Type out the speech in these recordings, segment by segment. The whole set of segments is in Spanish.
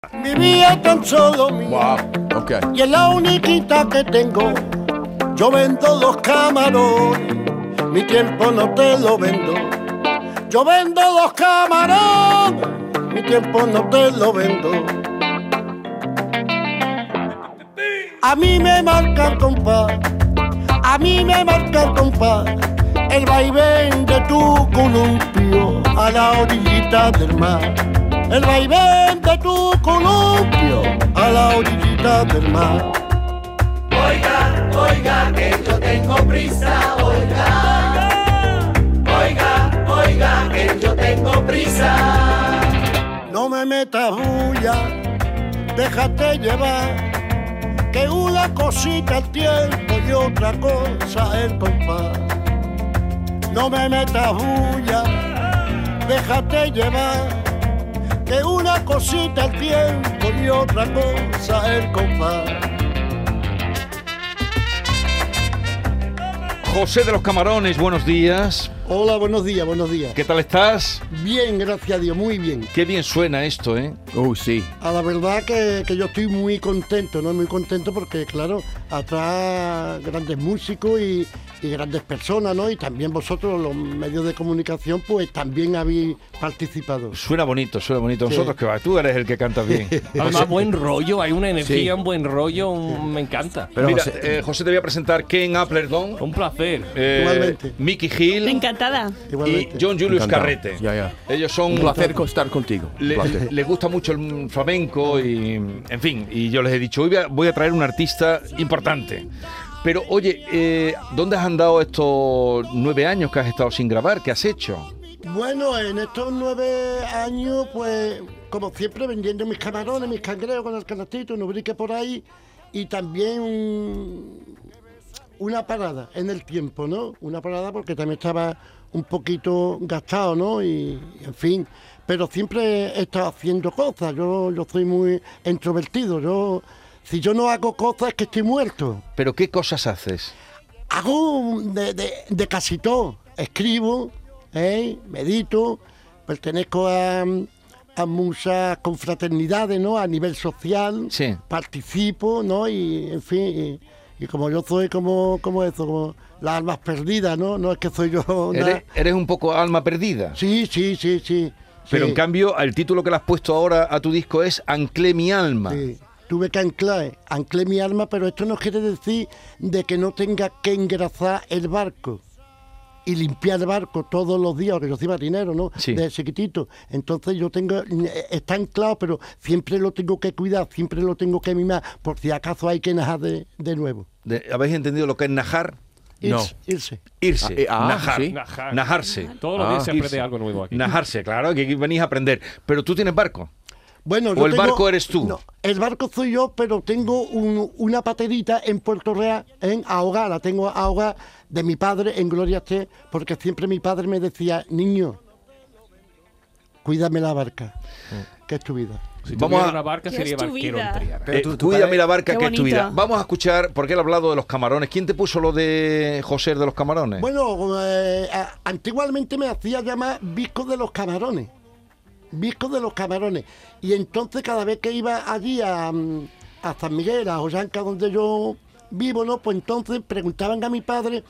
Vivía tan solo mío. Wow, ok. Y es la uniquita que tengo. Yo vendo los camarones, mi tiempo no te lo vendo. Yo vendo los camarones, mi tiempo no te lo vendo. A mí me marca el compás, a mí me marca el compás, el vaivén de tu columpio a la orillita del mar. El vaivén de tu columpio a la orillita del mar. Oiga, oiga, que yo tengo prisa, oiga. Oiga, oiga, que yo tengo prisa. No me metas bulla, déjate llevar, que una cosita el tiempo y otra cosa el compás. No me metas bulla, déjate llevar, que una cosita el tiempo y otra cosa el compás. José de los Camarones, buenos días. Hola, buenos días, buenos días. ¿Qué tal estás? Bien, gracias a Dios, muy bien. Qué bien suena esto, ¿eh? Sí. A la verdad que yo estoy muy contento, ¿no? Muy contento porque, claro, atrás grandes músicos y grandes personas, ¿no? Y también vosotros, los medios de comunicación, pues también habéis participado. Suena bonito, suena bonito. Sí. Nosotros, que va, tú eres el que cantas bien. Además, buen rollo, hay una energía, Sí. un buen rollo, me encanta. Pero Mira, José, José, te voy a presentar Ken Applerdon, Un placer. Igualmente. Mickey Hill Encantada. y Igualmente. John Julius encantado. Carrete. Ya. Ellos son... Un placer estar contigo. Un placer. Les gusta mucho el flamenco y, en fin, y yo les he dicho, hoy voy a traer un artista importante. Pero, oye, ¿dónde has andado estos 9 años que has estado sin grabar? ¿Qué has hecho? Bueno, en estos 9 años, pues, como siempre, vendiendo mis camarones, mis cangrejos con el canastito, un ubrique por ahí, y también una parada en el tiempo, ¿no? Una parada porque también estaba un poquito gastado, ¿no? Y en fin, pero siempre he estado haciendo cosas. Yo soy muy introvertido. Si yo no hago cosas es que estoy muerto. ¿Pero qué cosas haces? Hago de casi todo. Escribo, medito, pertenezco a muchas confraternidades, ¿no? A nivel social, Sí. participo, ¿no? Y en fin, y como yo soy como eso, como las almas perdidas, ¿no? No es que soy yo una... ¿Eres un poco alma perdida? Sí. Pero sí, en cambio, el título que le has puesto ahora a tu disco es Anclé mi alma. sí. Tuve que anclé mi alma, pero esto no quiere decir de que no tenga que engrasar el barco y limpiar el barco todos los días, porque yo soy marinero, ¿no? Sí. De chiquitito. Entonces está anclado, pero siempre lo tengo que cuidar, siempre lo tengo que mimar, por si acaso hay que najar de nuevo. ¿Habéis entendido lo que es najar? No. Irse. Irse, najar, ¿sí? najarse. Todos los días se aprende irse. algo nuevo aquí. Najarse, claro, que aquí venís a aprender. Pero tú tienes barco. Bueno, ¿O el barco eres tú? No, el barco soy yo, pero tengo una paterita en Puerto Real, en Ahogar, la tengo ahogada de mi padre, en Gloria esté, porque siempre mi padre me decía, niño, cuídame la barca, que es tu vida. Si Vamos tuviera a- una barca ¿Qué sería es tu barquero vida? en Triana. Pero tú Cuídame la barca, Qué que es tu bonito. vida. Vamos a escuchar, porque él ha hablado de los camarones. ¿Quién te puso lo de José de los Camarones? Bueno, antiguamente me hacía llamar Visco de los Camarones. Visco de los Camarones. Y entonces cada vez que iba allí a San Miguel, a Ollanca, donde yo vivo, ¿no? Pues entonces preguntaban a mi padre,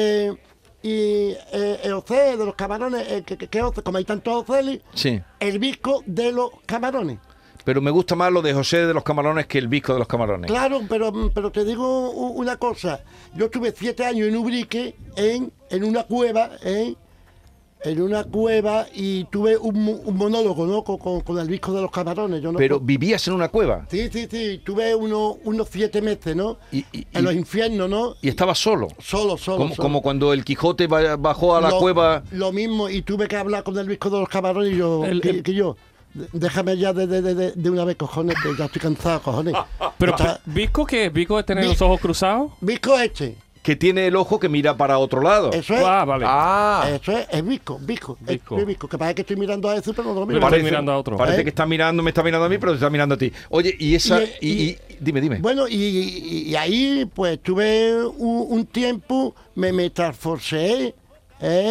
José de los Camarones, ¿qué José? Como hay tantos Joselis, Sí. el Visco de los Camarones. Pero me gusta más lo de José de los Camarones que el Visco de los Camarones. Claro, pero te digo una cosa. Yo estuve 7 años en Ubrique, en una cueva, en una cueva, y tuve un monólogo, ¿no? Con el Visco de los Camarones. Yo no Pero puedo- vivías en una cueva Sí, tuve unos 7 meses, ¿no? y En los infiernos, ¿no? estabas solo. Solo. Como cuando el Quijote bajó a la cueva. Lo mismo, y tuve que hablar con el Visco de los Camarones, y yo, El- que yo, déjame ya de una vez, cojones, que ya estoy cansado, cojones. Pero, Está- ¿Visco qué es? ¿Visco es tener Vi- los ojos cruzados? Visco este, Que tiene el ojo que mira para otro lado. eso es. Ah, vale. Eso es Visco. Visco. Es Visco, que parece que estoy mirando a eso, pero no lo Pero miro. estoy mirando a otro. Parece ¿Eh? que me está mirando a mí, pero te está mirando a ti. Oye, y esa. Dime. Bueno, y ahí pues tuve un tiempo, me transforcé,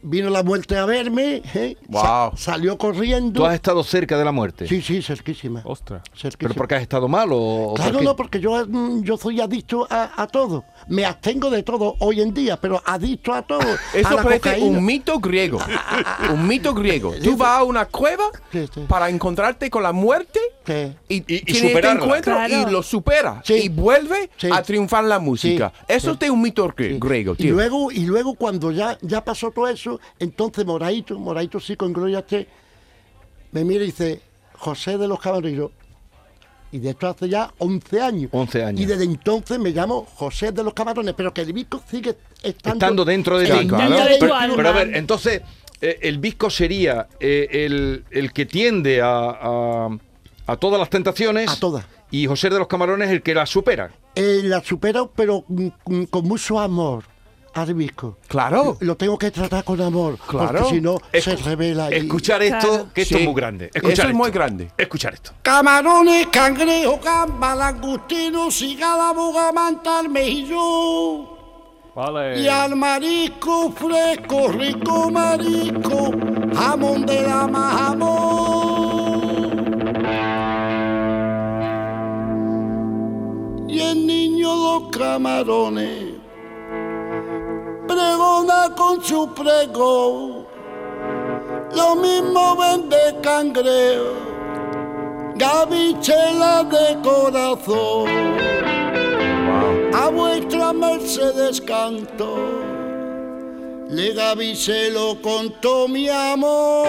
vino la muerte a verme, Wow. salió corriendo. ¿Tú has estado cerca de la muerte? Sí, sí, cerquísima. Ostras. cerquísima. ¿Pero porque has estado mal o por Claro, qué? no, porque yo soy adicto a todo. Me abstengo de todo hoy en día, pero adicto a todo. a Eso la parece cocaína. un mito griego. Un mito griego. Tú vas a una cueva Sí, sí. para encontrarte con la muerte Sí. y tienes este superarla. encuentro Claro. y lo supera. Sí. Y vuelve Sí. a triunfar en la música. Sí. Eso Sí. es un mito Sí. griego, Y tío. luego cuando ya pasó todo eso, entonces Moraito sí, con Gloria esté, me mira y dice, José de los Camarillos. Y de esto hace ya 11 años. 11 años. Y desde entonces me llamo José de los Camarones, pero que el disco sigue Estando dentro de Sí, ti. claro. de tu Pero, alma. pero a ver, entonces, el visco sería el que tiende a todas las tentaciones. A todas. Y José de los Camarones el que las supera. La supero, pero con mucho amor al disco. Claro. Lo tengo que tratar con amor, Claro. porque si no se Escu- revela. Escuchar esto, Claro. que esto Sí. es muy grande. Eso Escuchar es muy esto. grande. Escuchar esto. Camarones, cangrejo, gamba, langostino, cigala, bugamanta, al mejillón. Vale. Y al marisco fresco, rico marisco, jamón de la jamón. Y el niño los camarones pregona con su pregón, lo mismo vende cangrejo, gavichela de corazón. A vuestra mercedes canto, le gavichelo con todo mi amor.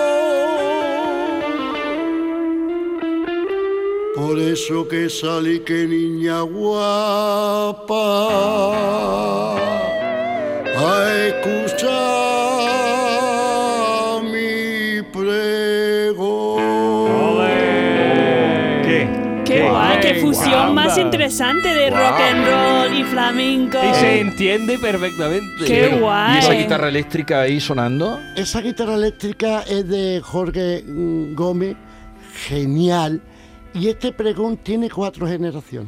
Por eso que salí, que niña guapa, a escuchar mi pregón. ¿Qué? Qué guay, qué fusión Anda. más interesante de rock and roll y flamenco. Y se entiende perfectamente. Qué ¿Y guay. esa guitarra eléctrica ahí sonando? Esa guitarra eléctrica es de Jorge Gómez, genial. Y este pregón tiene 4 generaciones.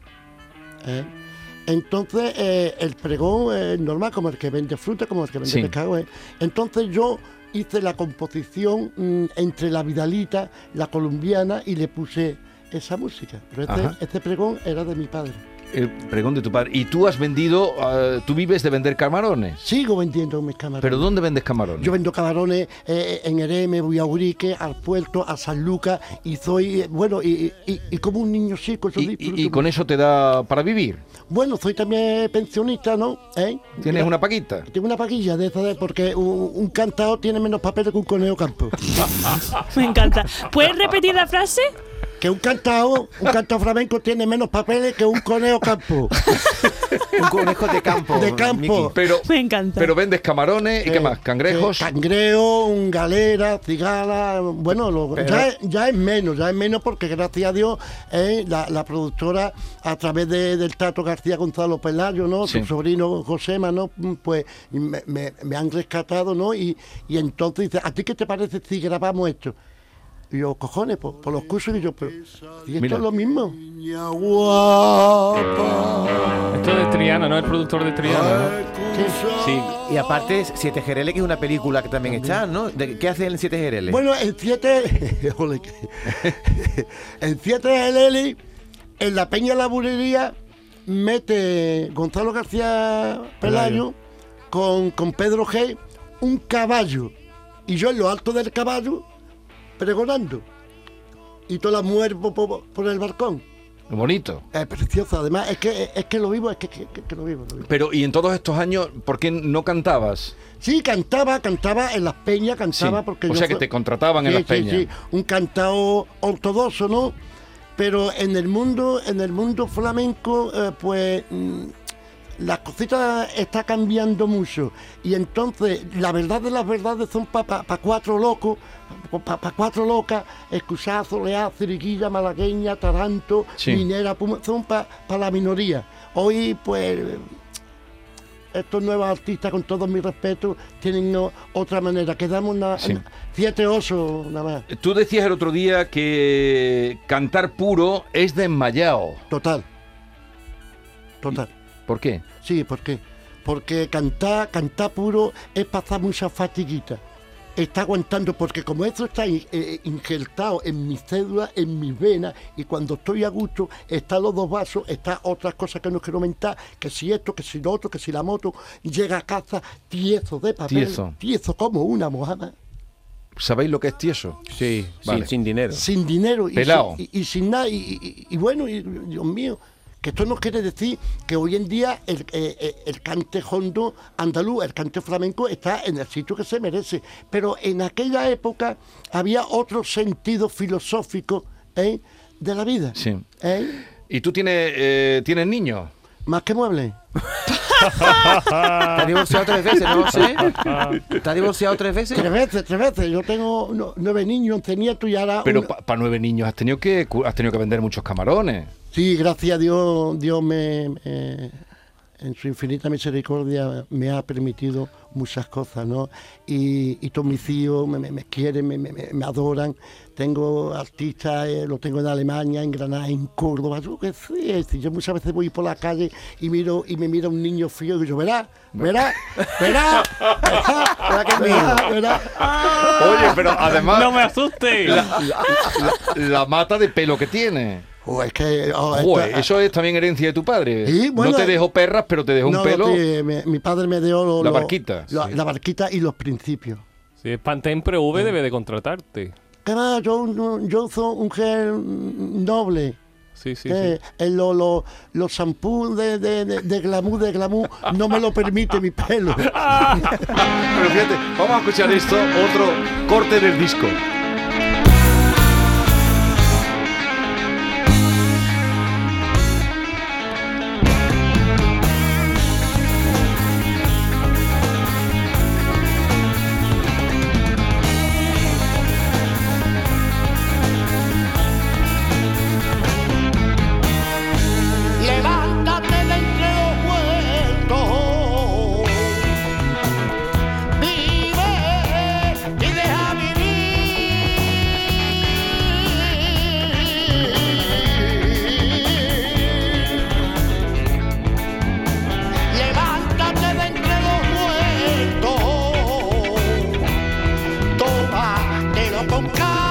Entonces, el pregón es normal, como el que vende fruta, como el que vende Sí. pescado. Entonces yo hice la composición entre la Vidalita, la colombiana, y le puse esa música. Pero Ajá. este pregón era de mi padre. El pregón de tu padre. ¿Y tú has vendido, tú vives de vender camarones? Sigo vendiendo mis camarones. ¿Pero dónde vendes camarones? Yo vendo camarones en Jerez, me voy a Urique, al puerto, a San Lucas, y soy, bueno, y como un niño chico. Yo disfruto. ¿Y con eso te da para vivir? Bueno, soy también pensionista, ¿no? ¿Tienes una paquita? Tengo una paquilla de esa, porque un cantador tiene menos papeles que un conejo campo. Me encanta. ¿Puedes repetir la frase? Que un cantador flamenco tiene menos papeles que un conejo campo. Un conejo de campo. De campo. Miki. Pero, Me encanta. pero vendes camarones y qué más, cangrejos. Cangreo, un galera, cigala, bueno, ya es menos porque gracias a Dios la productora, a través del Tato García Gonzalo Pelayo, ¿no? Sí. Su sobrino Josema, ¿no? Pues me han rescatado, ¿no? Y entonces dice, ¿a ti qué te parece si grabamos esto? Y yo, cojones, por los cursos, y yo, pero ¿y esto Mira. es lo mismo? Esto es de Triana, ¿no? El productor de Triana, ¿no? Sí. Y aparte, Siete Jereles, que es una película que también está, ¿no? ¿Qué hace en Siete Jereles? Bueno, el 7 el 7 de Leli, en la Peña La Burería, mete Gonzalo García Pelayo con Pedro G un caballo, y yo en lo alto del caballo pregonando, y toda la mujer por el balcón. Bonito. Es precioso, además es que lo vivo, es que lo vivo. Pero, ¿y en todos estos años, por qué no cantabas? Sí, cantaba en las peñas, cantaba Sí. porque O yo sea que fue- te contrataban en Sí, las peñas. Sí, un cantao ortodoxo, ¿no? Pero en el mundo flamenco, las cositas está cambiando mucho, y entonces la verdad de las verdades son para 4 locos, para 4 locas, Excusazo, Leá, Ciriquilla, Malagueña, Taranto, Sí. Minera, Puma, son para la minoría. Hoy pues estos nuevos artistas, con todo mi respeto, tienen otra manera. Quedamos Sí. 7 osos nada más. Tú decías el otro día que cantar puro es de enmayao. Total. ¿Por qué? Sí, ¿por qué? porque cantar puro es pasar mucha fatiguita. Está aguantando, porque como eso está injertado en mi cédula, en mis venas, y cuando estoy a gusto, están los 2 vasos, está otras cosas que no quiero aumentar, que si esto, que si lo otro, que si la moto, llega a casa tieso de papel, tieso como una mojada. ¿Sabéis lo que es tieso? Sí, Vale. sin dinero. Sin dinero Pelao. y sin nada, y bueno, Dios mío, que esto no quiere decir que hoy en día el cante hondo andaluz, el cante flamenco está en el sitio que se merece, pero en aquella época había otro sentido filosófico de la vida. Sí. ¿Y tú tienes niños? Más que muebles. ¿Te has divorciado 3 veces, no sé? ¿Te has divorciado 3 veces? 3 veces. Yo tengo 9 niños, 11 nietos y ahora... Pero para 9 niños has tenido que vender muchos camarones. Sí, gracias a Dios, Dios me... en su infinita misericordia me ha permitido muchas cosas, ¿no? Y todos mis hijos me quieren, me adoran. Tengo artistas, lo tengo en Alemania, en Granada, en Córdoba, yo qué sé. Yo muchas veces voy por la calle y me mira un niño frío y yo, verá. Oye, pero además... ¡No me asustes! La mata de pelo que tiene. Es que, eso es también herencia de tu padre. Sí, bueno, no te dejó perras, pero te dejó un pelo. Mi padre me dio la barquita. La barquita y los principios. Si Pantene V debe de contratarte. ¿Qué más? Yo soy un gen noble. Sí. Los shampoos de glamour no me lo permite mi pelo. Pero fíjate, vamos a escuchar esto, otro corte del disco. Levántate de entre los muertos, vive y deja vivir. Levántate de entre los muertos, tómatelo con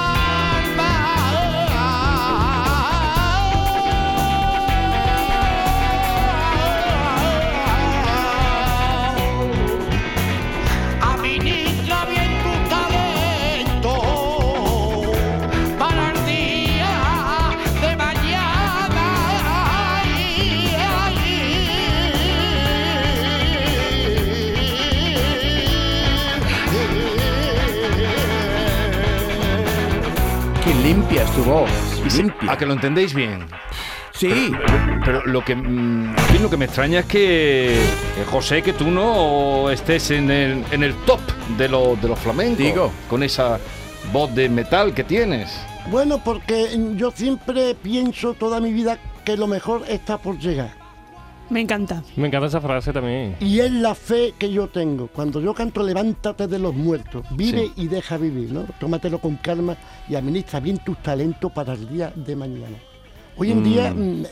Limpia es tu voz. Limpia. ¿A que lo entendéis bien? Sí. Pero lo que, en fin, lo que me extraña es que, José, que tú no estés en el top de los flamencos. Digo. Con esa voz de metal que tienes. Bueno, porque yo siempre pienso toda mi vida que lo mejor está por llegar. Me encanta. Me encanta esa frase también. Y es la fe que yo tengo. Cuando yo canto levántate de los muertos, vive y deja vivir, ¿no? Tómatelo con calma y administra bien tus talentos para el día de mañana. Hoy en día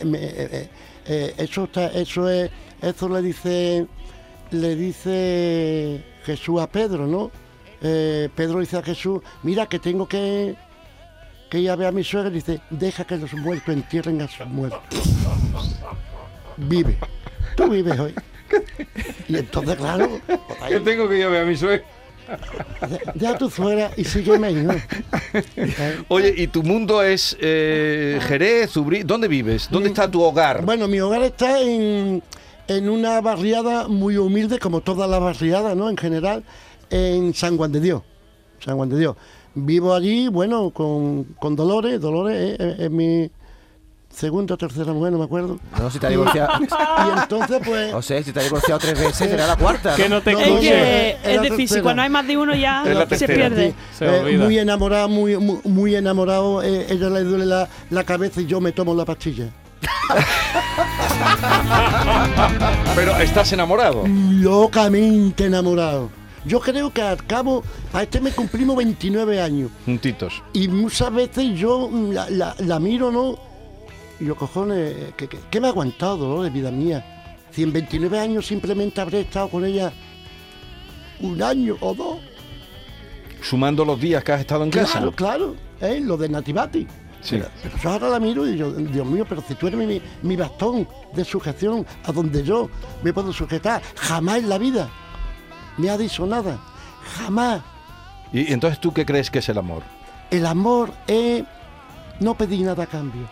eso le dice Jesús a Pedro, ¿no? Pedro dice a Jesús, mira que tengo que ir a ver a mi suegra, y dice, deja que los muertos entierren a sus muertos. Vive. Tú vives hoy. Y entonces, claro... Yo tengo que ir a ver a mi suegra. Ya tu suegra y sígueme, ¿no? Oye, ¿y tu mundo es Jerez, Zubrí? ¿Dónde vives? ¿Dónde está tu hogar? Bueno, mi hogar está en una barriada muy humilde, como todas las barriadas, ¿no? En general, en San Juan de Dios. San Juan de Dios. Vivo allí, bueno, con Dolores. Dolores es mi... segunda o tercera mujer, no me acuerdo. No, si te ha divorciado. Y entonces, pues... O sea, si te ha divorciado 3 veces, será la cuarta. Que no te Es escuche. que es la es difícil, tercera. cuando hay más de uno ya Es la se tercera. pierde. Se olvida. Muy enamorado, muy enamorado. Ella le duele la cabeza y yo me tomo la pastilla. Pero estás enamorado. Locamente enamorado. Yo creo que al cabo, a este me cumplimos 29 años. Juntitos. Y muchas veces yo la miro, ¿no? Y yo, cojones, ¿qué me ha aguantado, Dolores, vida mía? Si en 29 años simplemente habré estado con ella 1 año o 2. Sumando los días que has estado en casa. Claro, lo de Nativati. Sí. Pero yo ahora la miro y yo, Dios mío, pero si tú eres mi bastón de sujeción a donde yo me puedo sujetar, jamás en la vida me ha dicho nada, jamás. ¿Y entonces tú qué crees que es el amor? El amor es no pedir nada a cambio.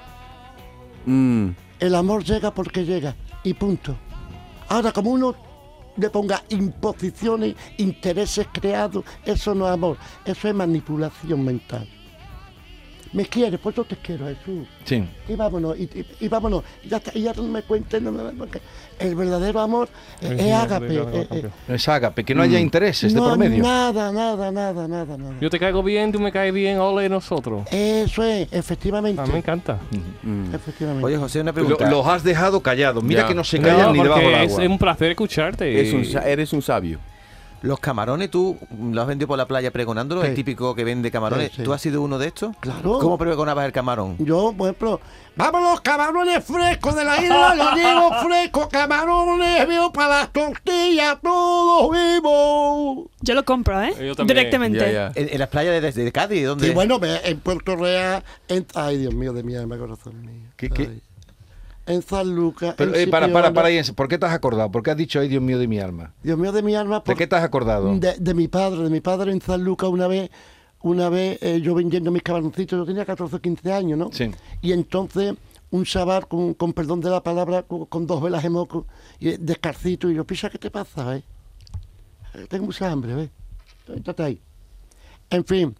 El amor llega porque llega y punto. Ahora, como uno le ponga imposiciones, intereses creados, eso no es amor, eso es manipulación mental. ¿Me quieres? Pues yo te quiero, Jesús. Sí. Y vámonos, y vámonos. Ya está, y ya no me cuentes. Porque el verdadero amor es ágape. Es ágape, que no haya intereses de por medio. Nada. Yo te caigo bien, tú me caes bien, ole nosotros. Eso es, efectivamente. A mí me encanta. Efectivamente. Oye, José, una pregunta. Los has dejado callados. Mira Ya. que no se callan No, ni debajo del porque es agua. un placer escucharte. Eres un sabio. Los camarones, tú los has vendido por la playa pregonándolo, Sí. el típico que vende camarones. Sí. ¿Tú has sido uno de estos? Claro. ¿Cómo pregonabas el camarón? Yo, por ejemplo, vámonos, camarones frescos de la isla, los llevo frescos, camarones vivos para las tortillas, todos vivos. Yo lo compro, ¿eh? Yo también. Directamente. Ya. ¿En las playas de Cádiz? ¿Dónde? Y bueno, en Puerto Real, ay Dios mío, de mi alma, corazón mío. ¿Qué? Ay. En San Lucas. Pero, en para Cipriana. ahí. ¿Por qué te has acordado? ¿Por qué has dicho, ay Dios mío de mi alma? Dios mío, de mi alma. ¿De qué te has acordado? De mi padre en San Lucas una vez yo vendiendo mis camaroncitos, yo tenía 14 o 15 años, ¿no? Sí. Y entonces un chaval, con perdón de la palabra, con 2 velas de moco, y descalcito, y yo, pisa, ¿qué te pasa, Tengo mucha hambre, Estate ahí. En fin,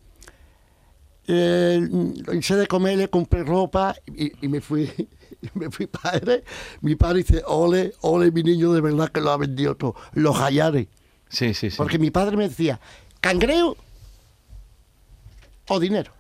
hice de comer, le compré ropa y me fui. Me fui padre. Mi padre dice, ole, mi niño, de verdad que lo ha vendido todo. Los hallares. Sí. Porque mi padre me decía, ¿cangreo o dinero?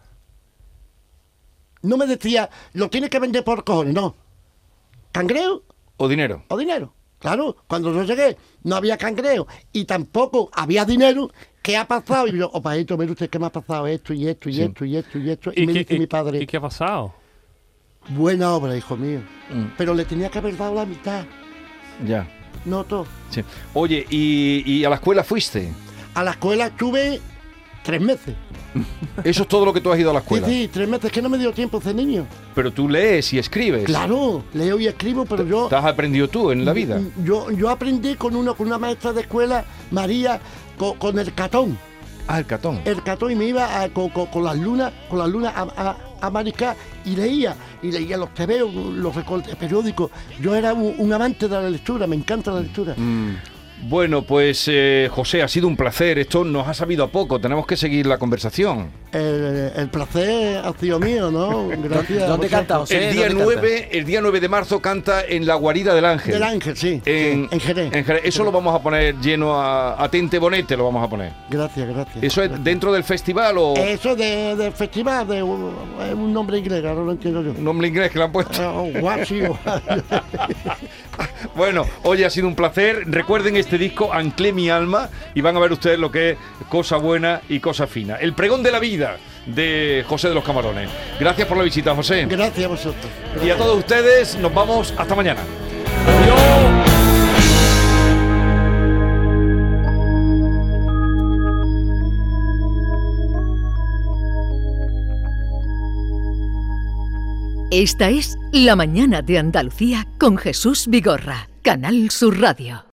No me decía, lo tienes que vender por cojones, no. ¿Cangreo ¿O dinero? o dinero? Claro, cuando yo llegué no había cangreo y tampoco había dinero. ¿Qué ha pasado? Y yo, opajito, mire usted, ¿qué me ha pasado? Esto y esto y Sí. esto y esto y esto. Y me dice mi padre, ¿Y qué ha pasado? buena obra, hijo mío. Pero le tenía que haber dado la mitad, Ya. no todo. Sí. Oye, ¿y a la escuela fuiste? A la escuela estuve 3 meses. Eso es todo lo que tú has ido a la escuela. Sí, 3 meses, que no me dio tiempo ese niño. Pero tú lees y escribes. Claro, leo y escribo, pero yo... ¿Te has aprendido tú en la vida? Yo aprendí con una maestra de escuela, María, con el catón. Ah, el catón. El catón, y me iba con las lunas a mariscar y leía los tebeos, los recortes periódicos. Yo era un amante de la lectura, me encanta la lectura. Bueno, pues José, ha sido un placer. Esto nos ha sabido a poco. Tenemos que seguir la conversación. El placer ha sido mío, ¿no? Gracias. ¿Dónde canta José? El día ¿Dónde 9, el día 9 de marzo canta en la Guarida del Ángel. Del Ángel, sí. En Jerez. En Jerez. Eso lo vamos a poner lleno a Tente Bonete, lo vamos a poner. Gracias. ¿Eso es dentro del festival o Eso del festival, es un nombre inglés, ahora lo entiendo yo. un nombre inglés que le han puesto? Guachi. Bueno, oye, ha sido un placer. Recuerden este disco, Anclé mi alma, y van a ver ustedes lo que es cosa buena y cosa fina. El pregón de la vida de José de los Camarones. Gracias por la visita, José. Gracias a vosotros. Y a todos ustedes, nos vamos hasta mañana. Esta es La Mañana de Andalucía con Jesús Vigorra, Canal Sur Radio.